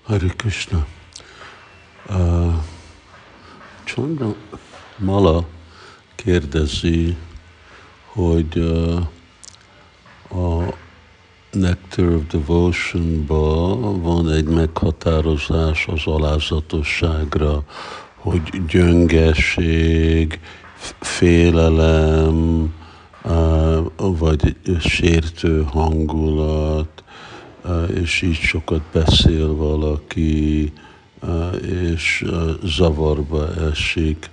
Hare Krishna. Csanda Mala kérdezi, hogy a Nectar of Devotion-ban van egy meghatározás az alázatosságra, hogy gyöngeség, félelem, vagy sértő hangulat, és így sokat beszél valaki, és zavarba esik.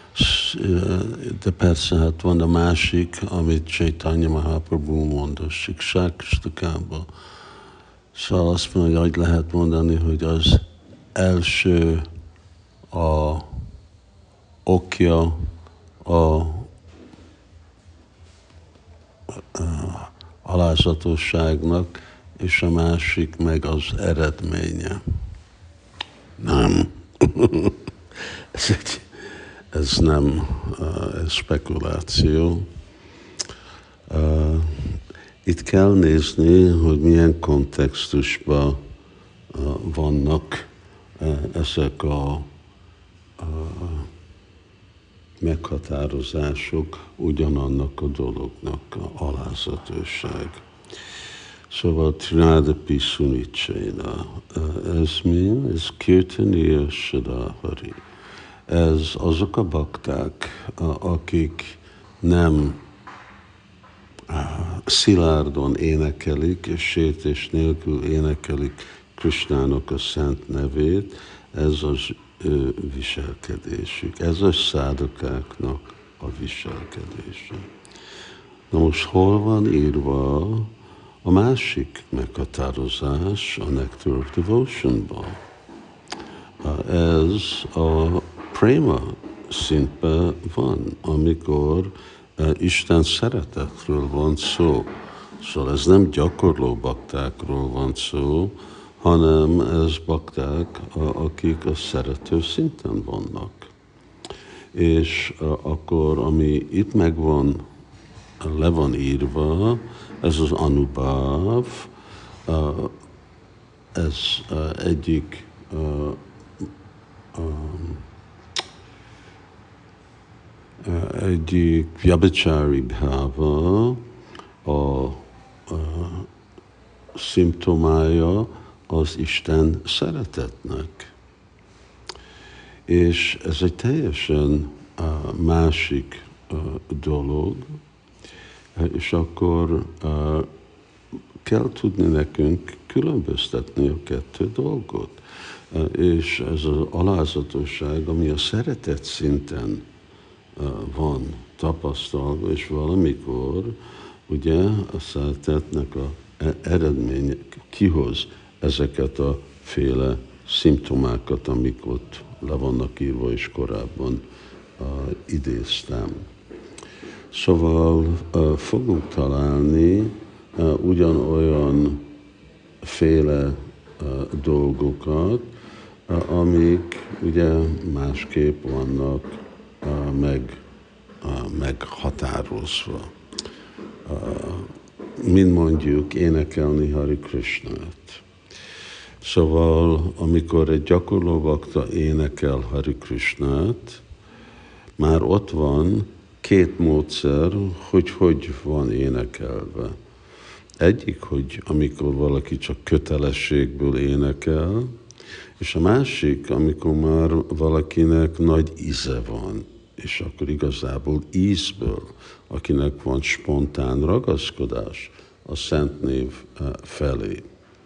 De persze, hát van a másik, amit Chaitanya Mahaprabhu mond a Siksák-Stakában. Szóval azt mondja, hogy lehet mondani, hogy az első okja a alázatosságnak, és a másik meg az eredménye. Nem. ez nem ez spekuláció. Itt kell nézni, hogy milyen kontextusban vannak ezek a meghatározások ugyanannak a dolognak, a alázatosság. Szóval Trinadapi Sunicséna, ez mi? Ez Kirtaniya Sadahari. Ez azok a bakták, akik nem szilárdon énekelik, és sértés nélkül énekelik Krisnának a szent nevét, ez az ő viselkedésük. Ez a szádukáknak a viselkedése. Na most hol van írva a másik meghatározás a Nectar of Devotion-ban? Ez a prema szintben van, amikor Isten szeretetről van szó. Szóval ez nem gyakorló baktákról van szó, hanem ez bakták, akik a szerető szinten vannak. És akkor, ami itt megvan, le van írva, ez az anubhav, ez egyik vyabhachari bhava, a szimptomája az Isten szeretetnek. És ez egy teljesen másik dolog, és akkor kell tudni nekünk különböztetni a kettő dolgot. És ez az alázatosság, ami a szeretet szinten van tapasztalva, és valamikor ugye a szeretetnek a eredménye kihoz ezeket a féle szimptomákat, amik ott le vannak írva, és korábban idéztem. Szóval fogunk találni ugyanolyan féle dolgokat, amik ugye másképp vannak meghatározva. Mint mondjuk énekelni Hare Krishnát. Szóval, amikor egy gyakorló bakta énekel Hare Krishnát, már ott van két módszer, hogy van énekelve. Egyik, hogy amikor valaki csak kötelességből énekel, és a másik, amikor már valakinek nagy íze van, és akkor igazából ízből, akinek van spontán ragaszkodás a szent név felé.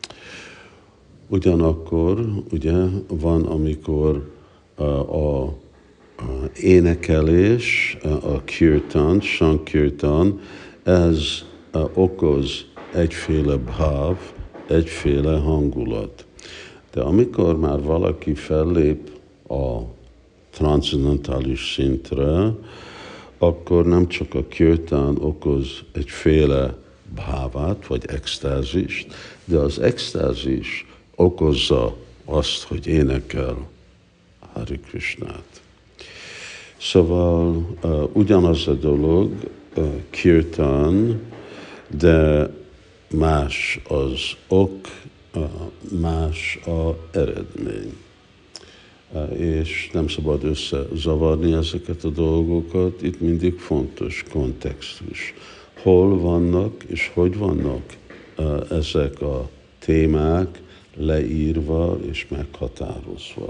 Ugyanakkor ugye van, amikor a énekelés, a kirtan, sankirtan, ez okoz egyféle bhav, egyféle hangulat. De amikor már valaki fellép a transzendentális szintre, akkor nem csak a kirtan okoz egyféle bhávát, vagy extázist, de az extázis okozza azt, hogy énekel Hare Krishnát. Szóval ugyanaz a dolog, kirtan, de más az ok, más az eredmény. És nem szabad összezavarni ezeket a dolgokat, itt mindig fontos kontextus. Hol vannak és hogy vannak ezek a témák leírva és meghatározva.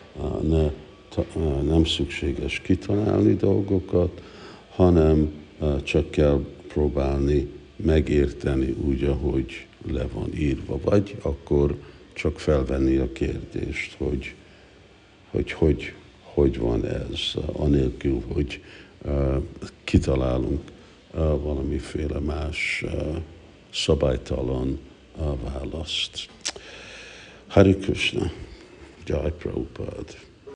Nem szükséges kitalálni dolgokat, hanem csak kell próbálni megérteni úgy, ahogy le van írva. Vagy akkor csak felvenni a kérdést, hogy van ez, anélkül, hogy kitalálunk valamiféle más szabálytalan választ. Hare Krishna, Jai Prabhupada.